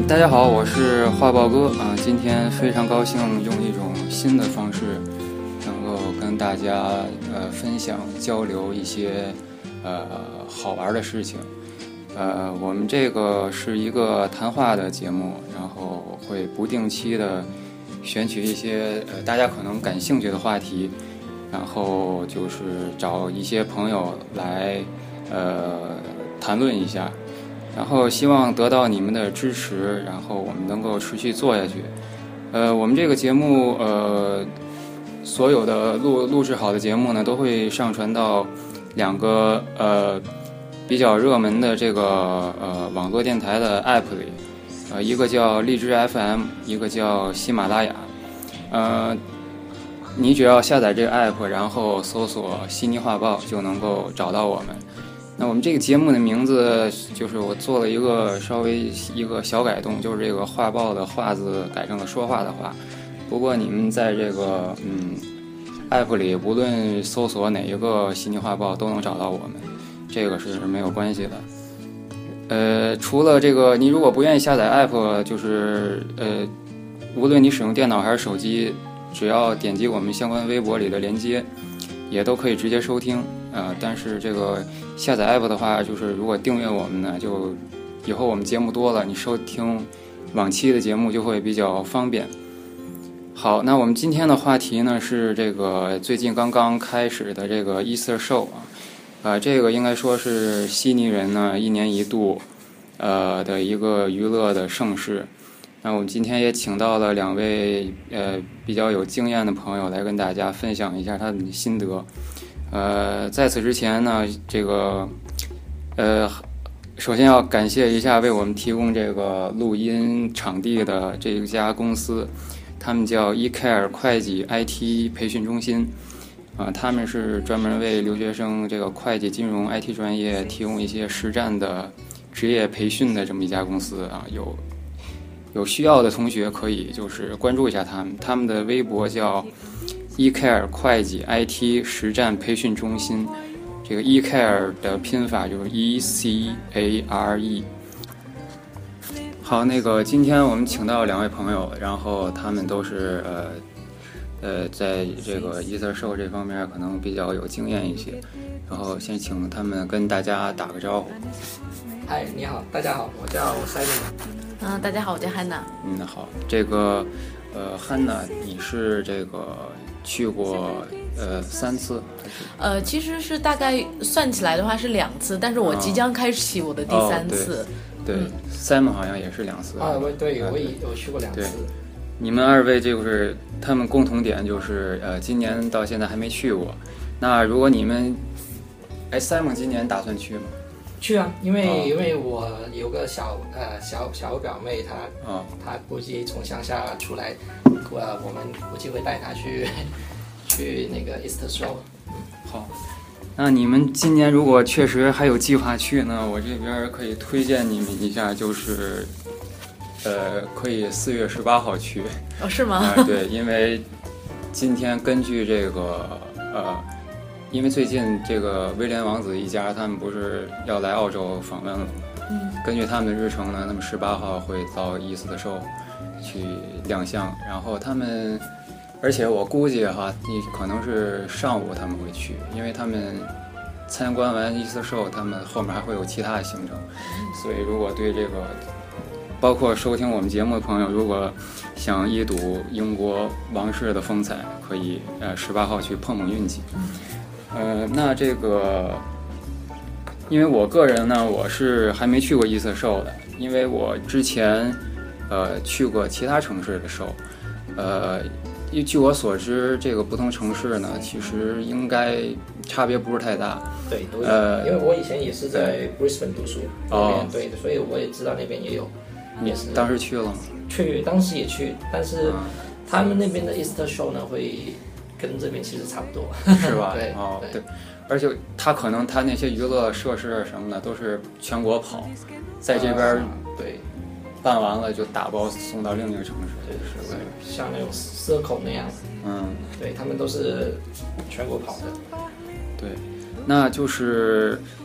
大家好，我是画报哥啊。今天非常高兴用一种新的方式，能够跟大家分享交流一些好玩的事情。我们这个是一个谈话的节目，然后会不定期的选取一些大家可能感兴趣的话题，然后就是找一些朋友来谈论一下。然后希望得到你们的支持，然后我们能够持续做下去。我们这个节目所有的录制好的节目呢，都会上传到两个比较热门的这个网络电台的 app 里，一个叫荔枝 FM， 一个叫喜马拉雅。你只要下载这个 app， 然后搜索悉尼画报就能够找到我们。那我们这个节目的名字就是我做了稍微一个小改动，就是这个画报的画字改成了说话的话。不过你们在这个app 里无论搜索哪一个悉尼画报都能找到我们，这个是没有关系的。除了这个，你如果不愿意下载 app， 就是无论你使用电脑还是手机，只要点击我们相关微博里的连接，也都可以直接收听。但是这个下载 app 的话，就是如果订阅我们呢，就以后我们节目多了，你收听往期的节目就会比较方便。好，那我们今天的话题呢是这个最近刚刚开始的这个 Easter Show 这个应该说是悉尼人呢一年一度的一个娱乐的盛事。那我们今天也请到了两位比较有经验的朋友来跟大家分享一下他们的心得。在此之前呢，这个首先要感谢一下为我们提供这个录音场地的这一家公司，他们叫 eCare 会计 IT 培训中心。他们是专门为留学生这个会计、金融、IT 专业提供一些实战的职业培训的这么一家公司啊。有需要的同学可以就是关注一下他们，他们的微博叫eCare 会计 IT 实战培训中心，这个 eCare 的拼法就是 ECARE。好，那个今天我们请到两位朋友，然后他们都是在这个 Easter Show 这方面可能比较有经验一些，然后先请他们跟大家打个招呼。 嗨，你好，大家好，我叫 Simon。 大家好，我叫 Hanna。 好，这个Hanna， 你是这个去过3次还是？ 其实是大概算起来的话是2次，但是我即将开启我的第3次。 对，Simon 好像也是2次。 对，我也去过2次。 你们二位就是他们共同点就是今年到现在还没去过。那如果你们Simon 今年打算去吗？ 去啊，因为我有个小表妹，她估计从乡下出来，我们估计会带她去那个 Easter Show。 好，那你们今年如果确实还有计划去呢，我这边可以推荐你们一下，就是可以4月18号去。 是吗？ 对，因为今天根据这个因为最近这个威廉王子一家他们不是要来澳洲访问了吗？根据他们的日程呢，那么18号会到Easter Show去亮相，然后他们，而且我估计你可能是上午他们会去，因为他们参观完Easter Show，他们后面还会有其他的行程，所以如果对这个包括收听我们节目的朋友，如果想一睹英国王室的风采，可以18号去碰碰运气。那这个，因为我个人呢，我是还没去过Easter Show的，因为我之前去过其他城市的show，据我所知，这个不同城市呢，其实应该差别不是太大。 对，都有。因为我以前也是在 Brisbane 读书，那边对，所以我也知道那边也有。也是。 当时去了吗？ 当时也去，但是他们那边的 Easter Show 呢，会跟这边其实差不多， 是吧？ 对。 而且他可能他那些娱乐设施什么的都是全国跑，在这边对办完了就打包送到另一个城市， 对，像那种circle那样。对，他们都是全国跑的。 对，那就是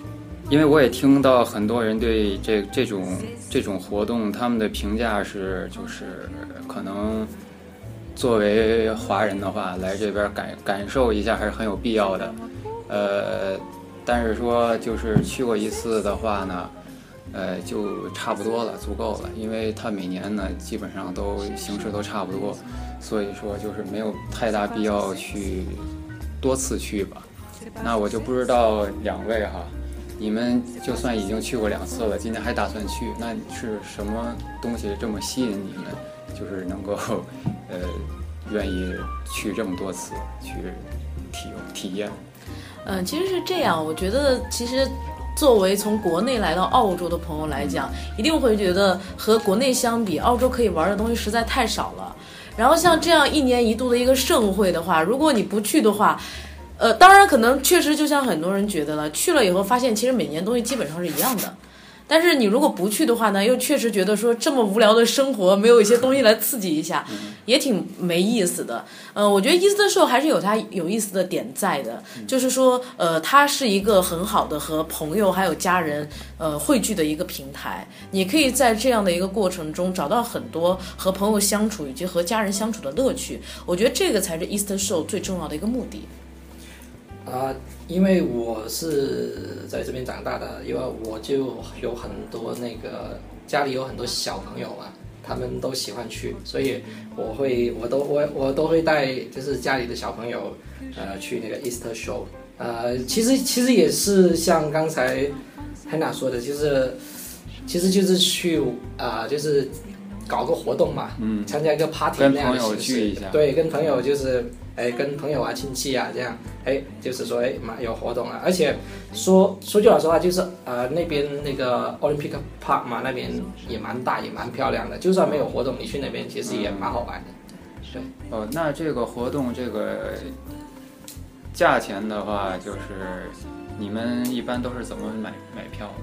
因为我也听到很多人对这种活动，他们的评价是，就是可能作为华人的话，来这边感受一下还是很有必要的。但是说就是去过一次的话呢，就差不多了，足够了，因为他每年呢基本上都形式都差不多，所以说就是没有太大必要去多次去吧。那我就不知道两位哈，你们就算已经去过2次了，今年还打算去，那是什么东西这么吸引你们，就是能够愿意去这么多次去体验？ 其实是这样，我觉得其实作为从国内来到澳洲的朋友来讲，一定会觉得和国内相比，澳洲可以玩的东西实在太少了。然后像这样1年1度的一个盛会的话，如果你不去的话，当然可能确实就像很多人觉得了，去了以后发现其实每年东西基本上是一样的。但是你如果不去的话呢，又确实觉得说这么无聊的生活没有一些东西来刺激一下，也挺没意思的。我觉得Easter Show还是有它有意思的点在的，就是说它是一个很好的和朋友还有家人汇聚的一个平台，你可以在这样的一个过程中找到很多和朋友相处以及和家人相处的乐趣。我觉得这个才是Easter Show最重要的一个目的。 因为我是在这边长大的，因为我就有很多家里有很多小朋友嘛，他们都喜欢去，所以我都会带就是家里的小朋友去那个 Easter Show。其实也是像刚才 Hannah 说的，其实就是去就是搞个活动嘛，参加一个 party 那样的形式，跟朋友聚一下，对，跟朋友就是跟朋友啊亲戚啊这样，就是说有活动啊。而且说句老实话，就是那边那个 Olympic Park 嘛，那边也蛮大也蛮漂亮的，就算没有活动，你去那边其实也蛮好玩的。对。 那这个活动这个价钱的话，就是你们一般都是怎么买票的？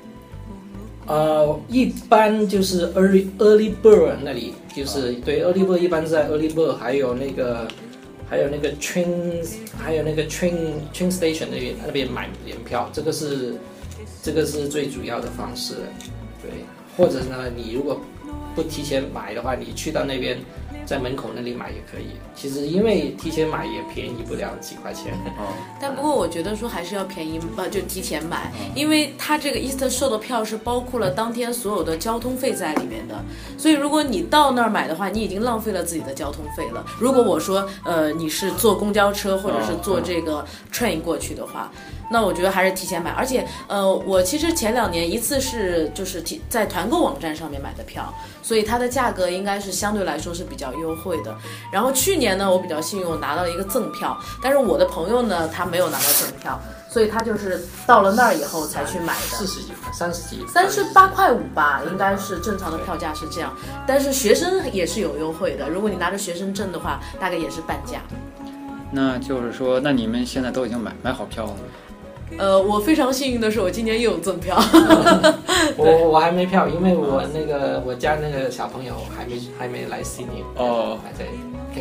一般就是 early bird 那里，就是对 early bird 一般是在 early bird， 还有那个 train station 那边买联票，这个是最主要的方式。对，或者呢，你如果不提前买的话，你去到那边在门口那里买也可以。其实因为提前买也便宜不了几块钱。 但不过我觉得说还是要便宜就提前买，因为它这个 Easter Show 的票是包括了当天所有的交通费在里面的，所以如果你到那儿买的话，你已经浪费了自己的交通费了。如果我说你是坐公交车或者是坐这个 train 过去的话，那我觉得还是提前买。而且我其实前2年一次是就是在团购网站上面买的票，所以它的价格应该是相对来说是比较优惠的。然后去年呢，我比较幸运，我拿到了一个赠票，但是我的朋友呢，他没有拿到赠票，所以他就是到了那儿以后才去买的。38.5块吧，应该是正常的票价是这样。但是学生也是有优惠的，如果你拿着学生证的话，大概也是半价。 那就是说，那你们现在都已经买好票了吗？ 我非常幸运的是，我今年又有赠票。 我还没票，因为我家那个小朋友还没来悉尼，还在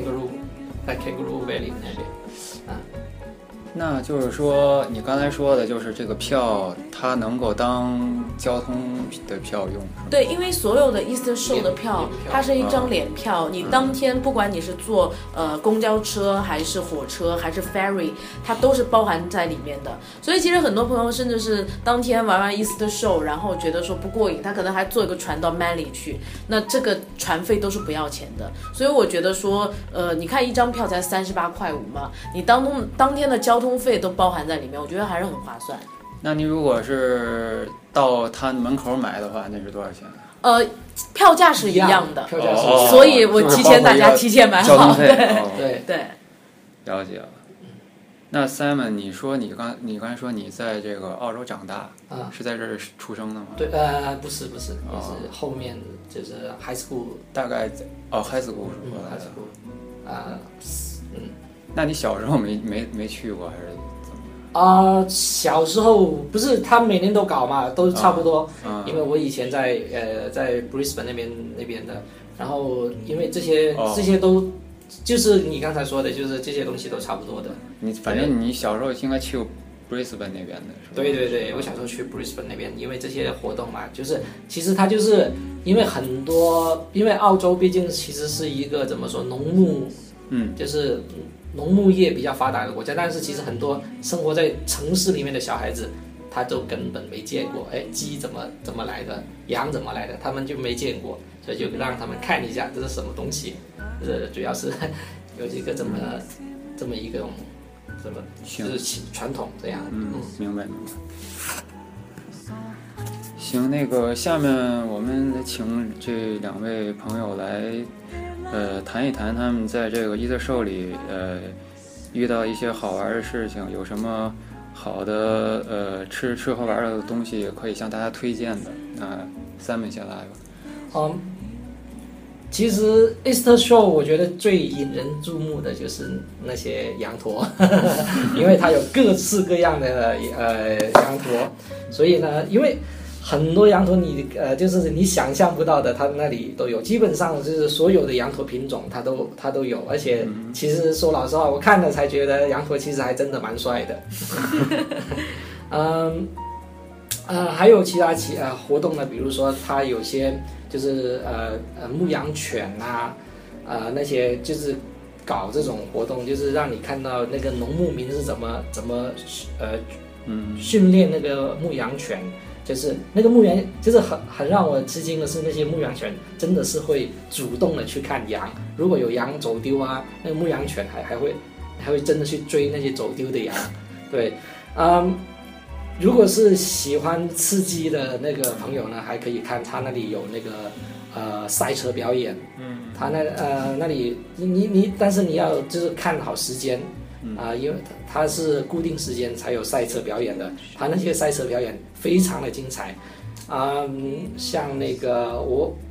Kangaroo Valley 那边。 那就是说，你刚才说的就是这个票，它能够当交通的票用，是吗？ 对，因为所有的 Easter Show 的票，它是一张联票，你当天不管你是坐公交车还是火车还是 ferry， 它都是包含在里面的。所以其实很多朋友甚至是当天玩完 Easter Show， 然后觉得说不过瘾，他可能还坐一个船到 Manly 去，那这个船费都是不要钱的。所以我觉得说，你看一张票才38.5块嘛，你当天的交通费都包含在里面，我觉得还是很划算。 那你如果是到他门口买的话，那是多少钱？ 票价是一样的， 票价是所以我大家提前买好。对， 了解了。那 Simon， 你说你刚才说你在这个澳洲长大，是在这儿出生的吗？ 对，不是，就是后面就是 high school， 大概high school 是吧 ？high school， 那你小时候没去过还是怎么？小时候不是他每年都搞嘛，都差不多。因为我以前在Brisbane 那边的，然后因为这些都就是你刚才说的，就是这些东西都差不多的。 反正你小时候应该去 Brisbane 那边的是吧？ 对对对，我小时候去 Brisbane 那边，因为这些活动嘛，就是其实它就是因为很多，因为澳洲毕竟其实是一个怎么说农牧，就是农牧业比较发达的国家，但是其实很多生活在城市里面的小孩子，他都根本没见过，哎，鸡怎么来的，羊怎么来的，他们就没见过，所以就让他们看一下这是什么东西，主要是有一个这么一个怎么就是传统这样。 明白。行，那个下面我们请这2位朋友来谈一谈他们在这个EtherShow里遇到一些好玩的事情，有什么好的吃喝玩的东西可以向大家推荐的。那Simon先来吧。 其实 EtherShow 我觉得最引人注目的就是那些羊驼，因为它有各式各样的羊驼，所以呢，因为很多羊驼就是你想象不到的，它那里都有，基本上就是所有的羊驼品种它都有，而且其实说老实话，我看了才觉得羊驼其实还真的蛮帅的。还有其他活动呢，比如说它有些就是牧羊犬啊，那些就是搞这种活动，就是让你看到那个农牧民是怎么训练那个牧羊犬，就是那个牧羊，就是很让我吃惊的是，那些牧羊犬真的是会主动的去看羊，如果有羊走丢啊，那个牧羊犬还会真的去追那些走丢的羊，对，如果是喜欢刺激的那个朋友呢，还可以看他那里有那个赛车表演，他那里但是你要就是看好时间，因为它是固定时间才有赛车表演的，他那些赛车表演非常的精彩，像那个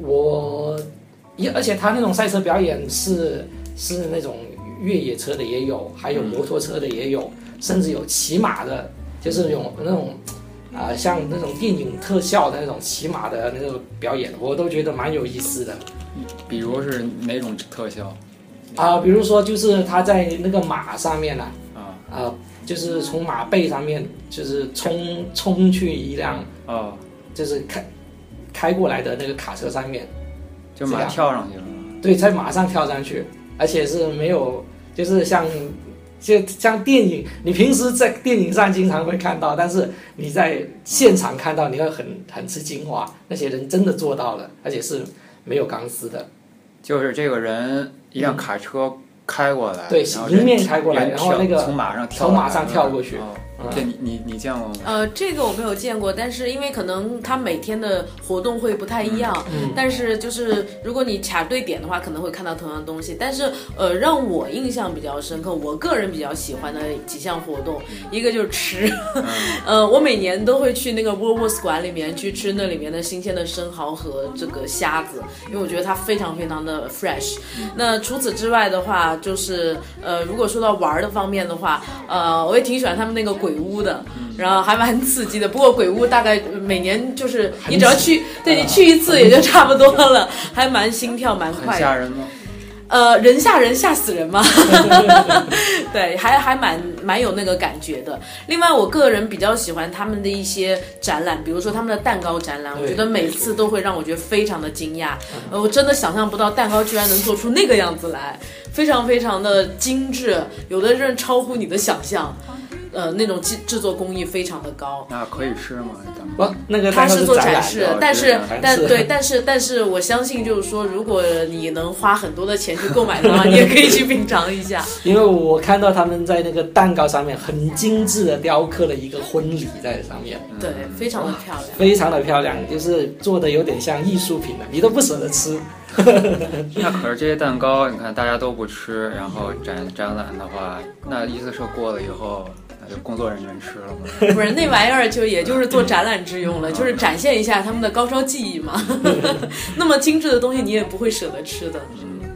而且他那种赛车表演是那种越野车的也有，还有摩托车的也有，甚至有骑马的。就是有那种像那种电影特效的那种骑马的那种表演，我都觉得蛮有意思的。 比如是哪种特效？ 比如说就是他在那个马上面就是从马背上面就是冲去一辆就是开过来的那个卡车上面， 就马跳上去了。 对，在马上跳上去，而且是没有，就是就像电影，你平时在电影上经常会看到，但是你在现场看到，你会很吃惊，哇，那些人真的做到了，而且是没有钢丝的。 就是这个人一辆卡车开过来， 对，迎面开过来，然后那个从马上跳过去。 这你见过吗？ 这个我没有见过，但是因为可能他每天的活动会不太一样，但是就是如果你卡对点的话，可能会看到同样的东西。但是让我印象比较深刻，我个人比较喜欢的几项活动，一个就是吃，我每年都会去那个 Woolworths 馆里面去吃那里面的新鲜的生蚝和这个虾子，因为我觉得它非常非常的 fresh。那除此之外的话，就是如果说到玩的方面的话，我也挺喜欢他们那个鬼屋的，然后还蛮刺激的。不过鬼屋大概每年就是你只要去，对，你去一次也就差不多了，还蛮心跳蛮快的。 很吓人吗？ 人吓人，吓死人嘛。对，还蛮有那个感觉的。另外，我个人比较喜欢他们的一些展览，比如说他们的蛋糕展览，我觉得每次都会让我觉得非常的惊讶。我真的想象不到蛋糕居然能做出那个样子来，非常非常的精致，有的人超乎你的想象。那种制作工艺非常的高。 那可以吃吗？ 不，那个它是做展示，但是我相信就是说，如果你能花很多的钱去购买的话，你也可以去品尝一下。 因为我看到他们在那个蛋糕上面很精致的雕刻了一个婚礼在上面， 对，非常的漂亮， 非常的漂亮，就是做的有点像艺术品了，你都不舍得吃。 那可是这些蛋糕，你看大家都不吃，然后展览的话，那意思是过了以后，那就工作人员吃了吗？ 不是，那玩意儿也就是做展览之用了，就是展现一下他们的高超技艺嘛。那么精致的东西你也不会舍得吃的。不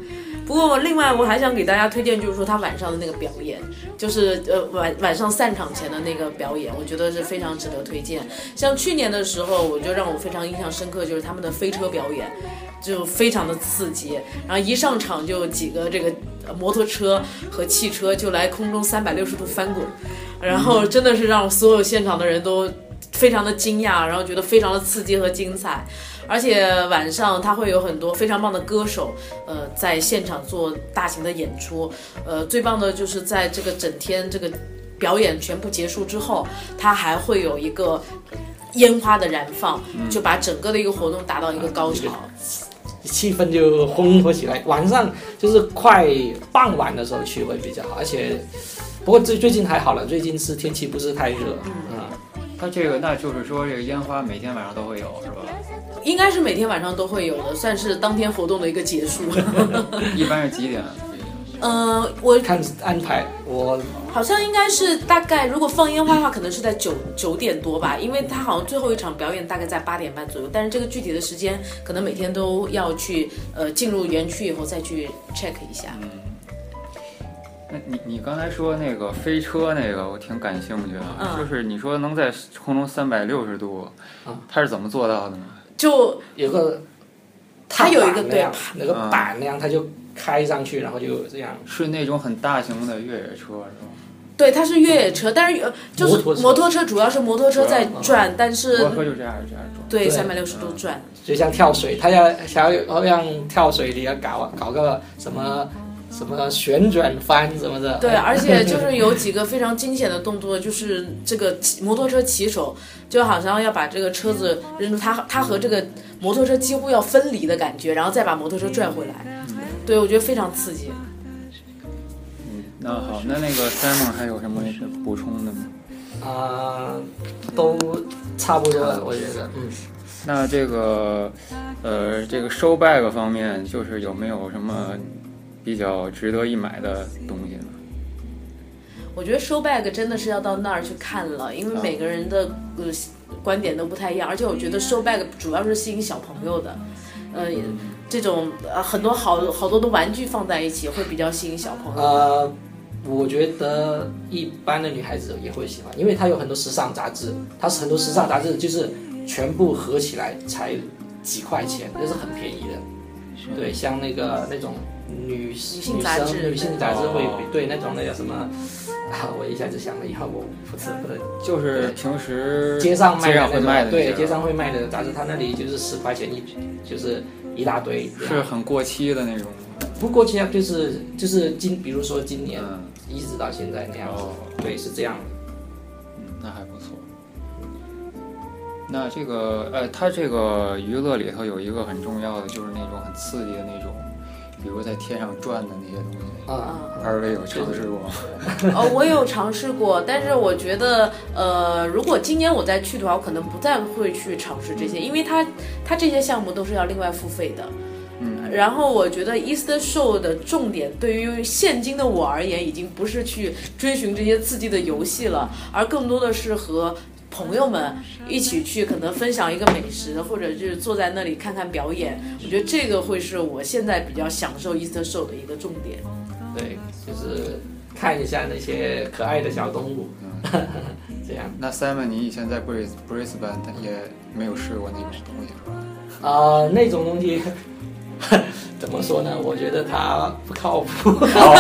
不过另外我还想给大家推荐，就是说他晚上的那个表演，就是晚上散场前的那个表演，我觉得是非常值得推荐。像去年的时候，我就让我非常印象深刻，就是他们的飞车表演，就非常的刺激。然后一上场就几个这个摩托车和汽车就来空中360度翻滚，然后真的是让所有现场的人都非常的惊讶，然后觉得非常的刺激和精彩。而且晚上他会有很多非常棒的歌手，在现场做大型的演出。最棒的就是在这个整天这个表演全部结束之后，他还会有一个烟花的燃放，就把整个的一个活动达到一个高潮， 气氛就烘托起来。晚上就是快傍晚的时候去会比较好，而且不过最近还好了，最近是天气不是太热。 它这个那就是说这个烟花每天晚上都会有是吧？ 应该是每天晚上都会有的，算是当天活动的一个结束。 一般是几点？ 我看安排，我好像应该是大概，如果放烟花的话，可能是在9点多吧，因为他好像最后一场表演大概在8点半左右，但是这个具体的时间可能每天都要去进入园区以后再去 check 一下。 那你刚才说那个飞车那个，我挺感兴趣的，就是你说能在空中360度，它是怎么做到的呢？ 就有个， 它有一个对那个板那样，它就开上去，然后就这样。 是那种很大型的越野车是吧？ 对，它是越野车，但是就是摩托车，主要是摩托车在转，但是摩托车就这样转。 对，360度转。 就像跳水，他想要让跳水里要搞个什么旋转翻什么的。 对，而且就是有几个非常惊险的动作，就是这个摩托车骑手就好像要把这个车子扔出他和这个摩托车几乎要分离的感觉，然后再把摩托车拽回来。对，我觉得非常刺激。 那好，那个 Simon 还有什么补充的吗？ 都差不多了，我觉得。 那这个收 bag 方面，就是有没有什么比较值得一买的东西呢？ 我觉得收 bag 真的是要到那儿去看了，因为每个人的观点都不太一样，而且我觉得收 bag 主要是吸引小朋友的，这种很多好多的玩具放在一起会比较吸引小朋友。 我觉得一般的女孩子也会喜欢，因为它有很多时尚杂志，它是很多时尚杂志就是全部合起来才几块钱，这是很便宜的。对，像那种女性杂志会对那种那叫什么我一下子想了以后我不能， 就是平时街上会卖的， 对，街上会卖的杂志，它那里就是10块钱就是一大堆， 是很过期的那种。 不过期啊，就是比如说今年一直到现在那样子，对，是这样的。 那还不错。那这个它这个娱乐里头有一个很重要的，就是那种很刺激的那种，比如在天上转的那些东西。二位有尝试过吗？ 我有尝试过，但是我觉得如果今年我再去的话，我可能不再会去尝试这些，因为它这些项目都是要另外付费的。然后我觉得 Easter Show 的重点对于现今的我而言，已经不是去追寻这些刺激的游戏了，而更多的是和朋友们一起去可能分享一个美食，或者就是坐在那里看看表演。我觉得这个会是我现在比较享受 Easter Show 的一个重点。 对，就是看一下那些可爱的小动物。这样。 那 Simon 你以前在 Brisbane 也没有试过那种东西是吧？ 那种东西怎么说呢？我觉得它不靠谱。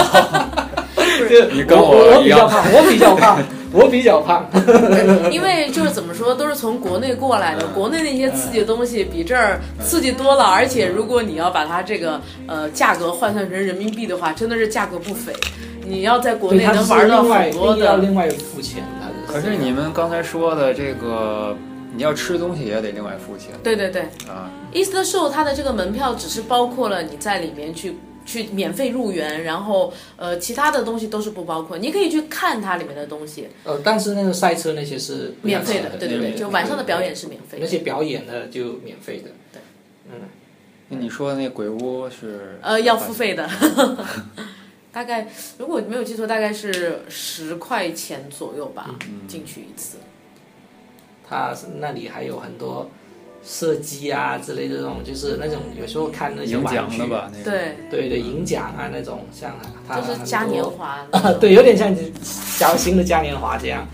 你跟我比较胖，我比较胖。 因为就是怎么说，都是从国内过来的，国内那些刺激的东西比这儿刺激多了，而且如果你要把它这个价格换算成人民币的话，真的是价格不菲。你要在国内能玩到很多的， 要另外付钱的。 可是你们刚才说的这个，你要吃东西也得另外付钱。 对Easter Show 它的这个门票只是包括了你在里面去免费入园，然后其他的东西都是不包括，你可以去看它里面的东西。 但是那个赛车那些是免费的，对，就晚上的表演是免费的。 那些表演的就免费的。 对， 那你说的那鬼屋是要付费的。大概如果没有记错，大概是10块钱左右吧，进去一次。 它那里还有很多射击啊之类的这种，就是那种有时候看那些玩具赢奖的吧，那个对赢奖啊那种，像他就是嘉年华对，有点像小型的嘉年华这样。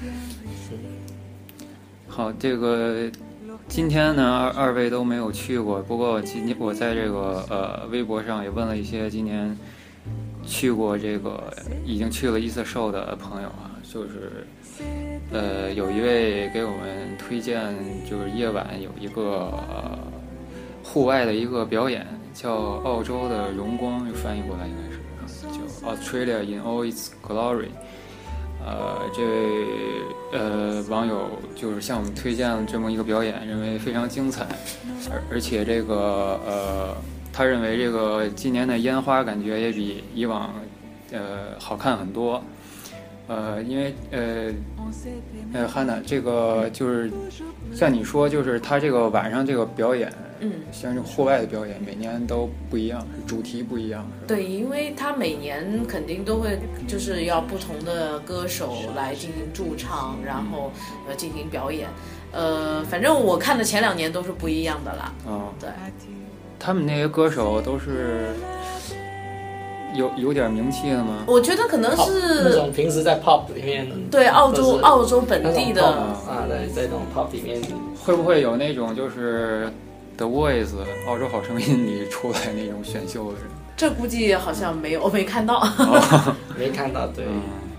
好，这个今天呢二位都没有去过，不过今天我在这个微博上也问了一些今年去过这个已经去了一次show的朋友啊，就是有一位给我们推荐，就是夜晚有一个户外的一个表演，叫澳洲的荣光，翻译过来应该是叫 Australia in all its glory。这位网友就是向我们推荐了这么一个表演，认为非常精彩，而且这个他认为这个今年的烟花感觉也比以往好看很多。因为Hannah 这个就是像你说，就是他这个晚上这个表演，像这户外的表演，每年都不一样，主题不一样。 对，因为他每年肯定都会就是要不同的歌手来进行驻唱，然后进行表演。反正我看的前2年都是不一样的啦。对， 他们那些歌手都是有点名气的吗？ 我觉得可能是那种平时在 pop 里面， 对澳洲本地的对，在这种 pop 里面， 会不会有那种就是 The Voice 澳洲好声音里出来那种选秀的人？ 这估计好像没有，我没看到。 没看到，对。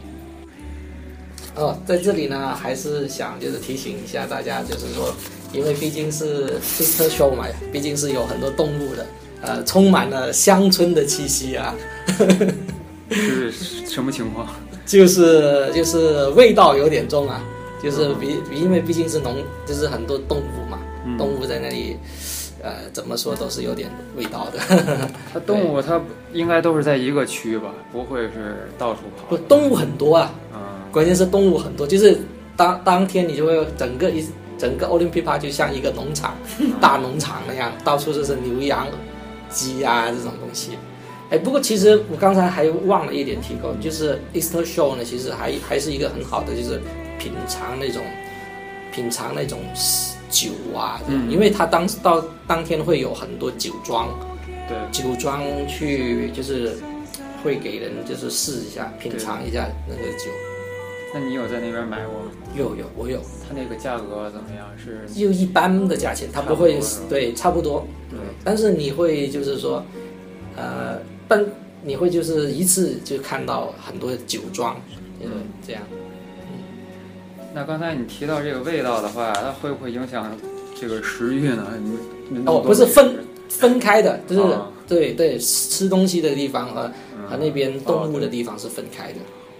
在这里呢，还是想就是提醒一下大家，就是说，因为毕竟是 Easter Show 嘛，毕竟是有很多动物的。充满了乡村的气息啊！ 是什么情况？ 就是味道有点重啊，就是因为毕竟是就是很多动物嘛，动物在那里，怎么说都是有点味道的。 它动物它应该都是在一个区吧，不会是到处跑。 不，动物很多啊，关键是动物很多，就是当天你就会整个 Olympic Park 就像一个农场，大农场那样，到处就是牛羊。鸡啊这种东西，不过其实我刚才还忘了一点提供，就是 Easter Show 呢，其实还是一个很好的，就是品尝那种酒啊，因为它当天会有很多酒庄， 对， 酒庄去就是会给人就是试一下品尝一下那个酒。 那你有在那边买过吗？ 有，我有。 它那个价格怎么样？是就一般的价钱，它不会对差不多。 对， 但是你会就是说，你会就是一次就看到很多酒庄，这样。 那刚才你提到这个味道的话，它会不会影响这个食欲呢？ 不是分开的，就是对吃东西的地方和那边动物的地方是分开的。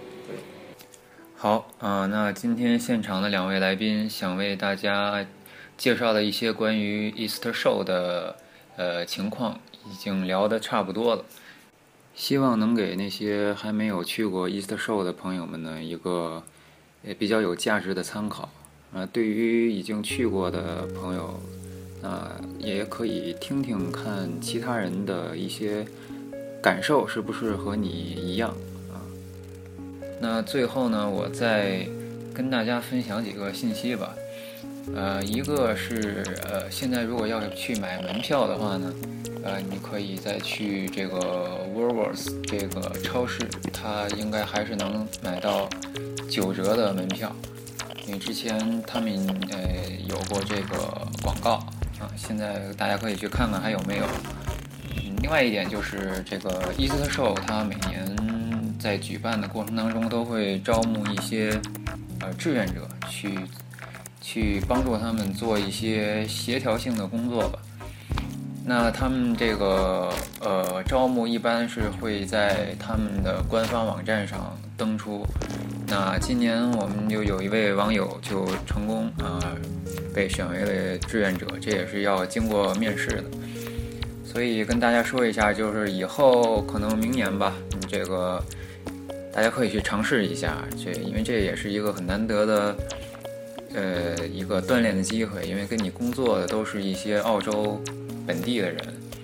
好那今天现场的2位来宾想为大家介绍的一些关于 Easter Show 的情况已经聊得差不多了，希望能给那些还没有去过 Easter Show 的朋友们呢一个比较有价值的参考对于已经去过的朋友也可以听听看其他人的一些感受是不是和你一样。那最后呢，我再跟大家分享几个信息吧。一个是现在如果要去买门票的话呢，你可以再去这个 Woolworths 这个超市，它应该还是能买到9折的门票，因为之前他们有过这个广告现在大家可以去看看还有没有。另外一点就是这个 Easter Show 它每年在举办的过程当中都会招募一些志愿者去帮助他们做一些协调性的工作吧。那他们这个招募一般是会在他们的官方网站上登出。那今年我们就有一位网友就成功被选为了志愿者，这也是要经过面试的。所以跟大家说一下，就是以后可能明年吧，这个大家可以去尝试一下，因为这也是一个很难得的一个锻炼的机会，因为跟你工作的都是一些澳洲本地的人，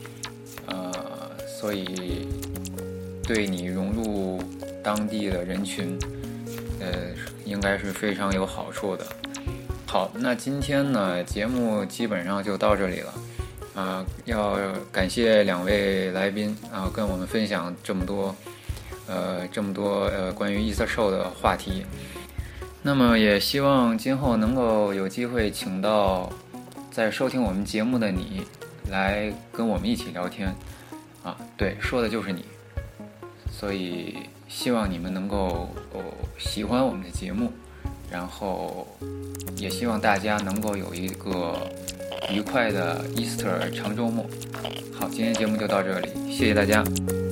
所以对你融入当地的人群应该是非常有好处的。 好，那今天呢节目基本上就到这里了。要感谢两位来宾跟我们分享这么多关于 Easter Show 的话题。那么也希望今后能够有机会请到在收听我们节目的你来跟我们一起聊天对，说的就是你。所以希望你们能够喜欢我们的节目，然后也希望大家能够有一个愉快的 Easter 长周末。好，今天节目就到这里，谢谢大家。